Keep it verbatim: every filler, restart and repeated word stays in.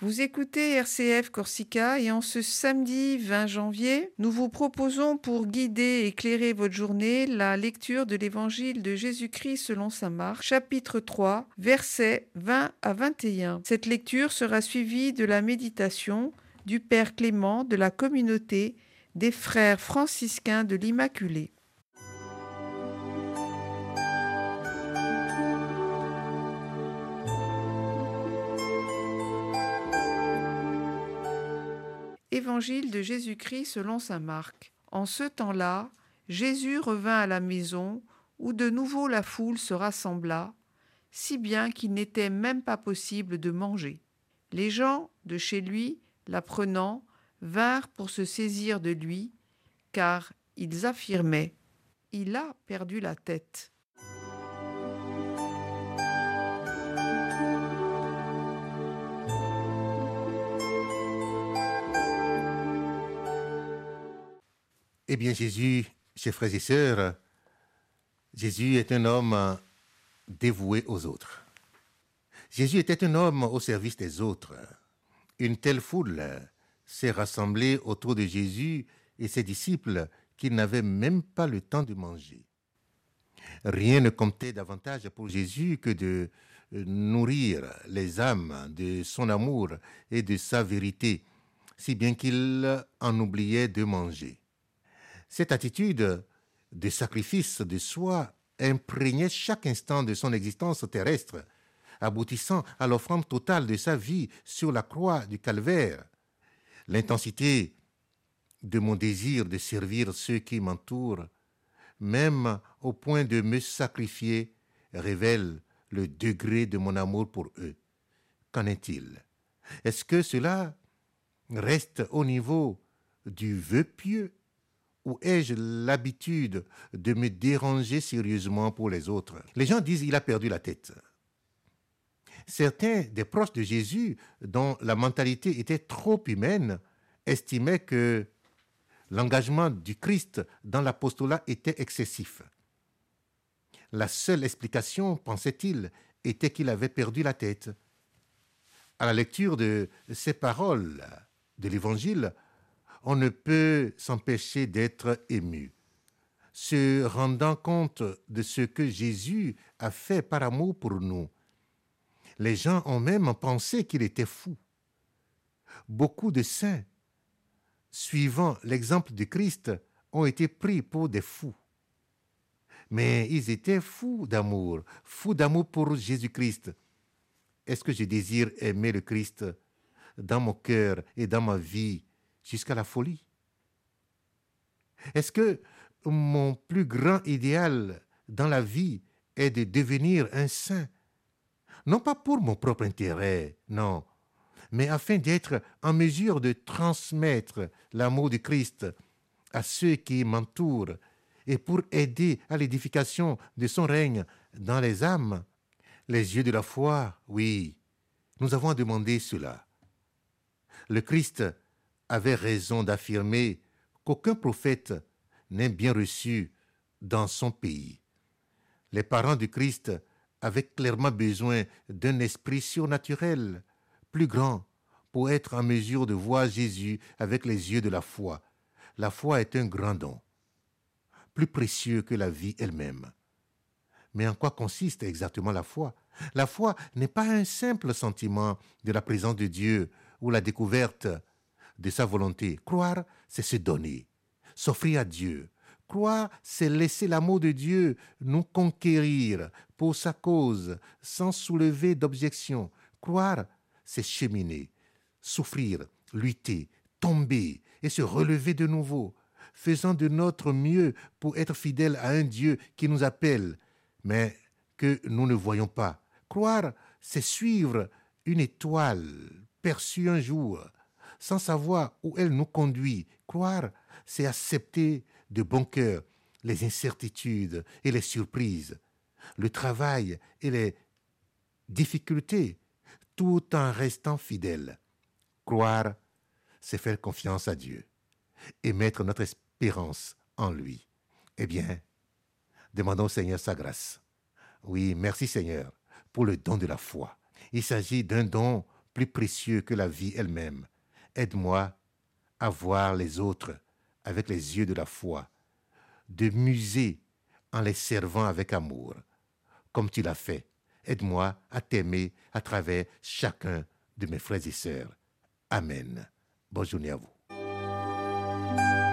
Vous écoutez R C F Corsica et en ce samedi vingt janvier, nous vous proposons pour guider et éclairer votre journée la lecture de l'Évangile de Jésus-Christ selon saint Marc, chapitre trois, versets vingt à vingt et un. Cette lecture sera suivie de la méditation du Père Clément de la communauté des frères franciscains de l'Immaculée. Évangile de Jésus-Christ selon saint Marc. En ce temps-là, Jésus revint à la maison où de nouveau la foule se rassembla, si bien qu'il n'était même pas possible de manger. Les gens de chez lui, l'apprenant, vinrent pour se saisir de lui, car ils affirmaient « Il a perdu la tête ». Eh bien, Jésus, chers frères et sœurs, Jésus est un homme dévoué aux autres. Jésus était un homme au service des autres. Une telle foule s'est rassemblée autour de Jésus et ses disciples qu'ils n'avaient même pas le temps de manger. Rien ne comptait davantage pour Jésus que de nourrir les âmes de son amour et de sa vérité, si bien qu'il en oubliait de manger. Cette attitude de sacrifice de soi imprégnait chaque instant de son existence terrestre, aboutissant à l'offrande totale de sa vie sur la croix du calvaire. L'intensité de mon désir de servir ceux qui m'entourent, même au point de me sacrifier, révèle le degré de mon amour pour eux. Qu'en est-il? Est-ce que cela reste au niveau du vœu pieux? Ou ai-je l'habitude de me déranger sérieusement pour les autres? Les gens disent qu'il a perdu la tête. Certains des proches de Jésus, dont la mentalité était trop humaine, estimaient que l'engagement du Christ dans l'apostolat était excessif. La seule explication, pensait-il, était qu'il avait perdu la tête. À la lecture de ces paroles de l'Évangile, on ne peut s'empêcher d'être ému, se rendant compte de ce que Jésus a fait par amour pour nous. Les gens ont même pensé qu'il était fou. Beaucoup de saints, suivant l'exemple de Christ, ont été pris pour des fous. Mais ils étaient fous d'amour, fous d'amour pour Jésus-Christ. Est-ce que je désire aimer le Christ dans mon cœur et dans ma vie jusqu'à la folie? Est-ce que mon plus grand idéal dans la vie est de devenir un saint? Non pas pour mon propre intérêt, non, mais afin d'être en mesure de transmettre l'amour du Christ à ceux qui m'entourent et pour aider à l'édification de son règne dans les âmes. Les yeux de la foi, oui, nous avons demandé cela. Le Christ avait raison d'affirmer qu'aucun prophète n'est bien reçu dans son pays. Les parents du Christ avaient clairement besoin d'un esprit surnaturel, plus grand, pour être en mesure de voir Jésus avec les yeux de la foi. La foi est un grand don, plus précieux que la vie elle-même. Mais en quoi consiste exactement la foi? La foi n'est pas un simple sentiment de la présence de Dieu ou la découverte de sa volonté. Croire, c'est se donner, s'offrir à Dieu. Croire, c'est laisser l'amour de Dieu nous conquérir pour sa cause, sans soulever d'objection. Croire, c'est cheminer, souffrir, lutter, tomber et se relever de nouveau, faisant de notre mieux pour être fidèles à un Dieu qui nous appelle, mais que nous ne voyons pas. Croire, c'est suivre une étoile perçue un jour, sans savoir où elle nous conduit. Croire, c'est accepter de bon cœur les incertitudes et les surprises, le travail et les difficultés, tout en restant fidèle. Croire, c'est faire confiance à Dieu et mettre notre espérance en lui. Eh bien, demandons au Seigneur sa grâce. Oui, merci Seigneur pour le don de la foi. Il s'agit d'un don plus précieux que la vie elle-même. Aide-moi à voir les autres avec les yeux de la foi, de muser en les servant avec amour, comme tu l'as fait. Aide-moi à t'aimer à travers chacun de mes frères et sœurs. Amen. Bonne journée à vous.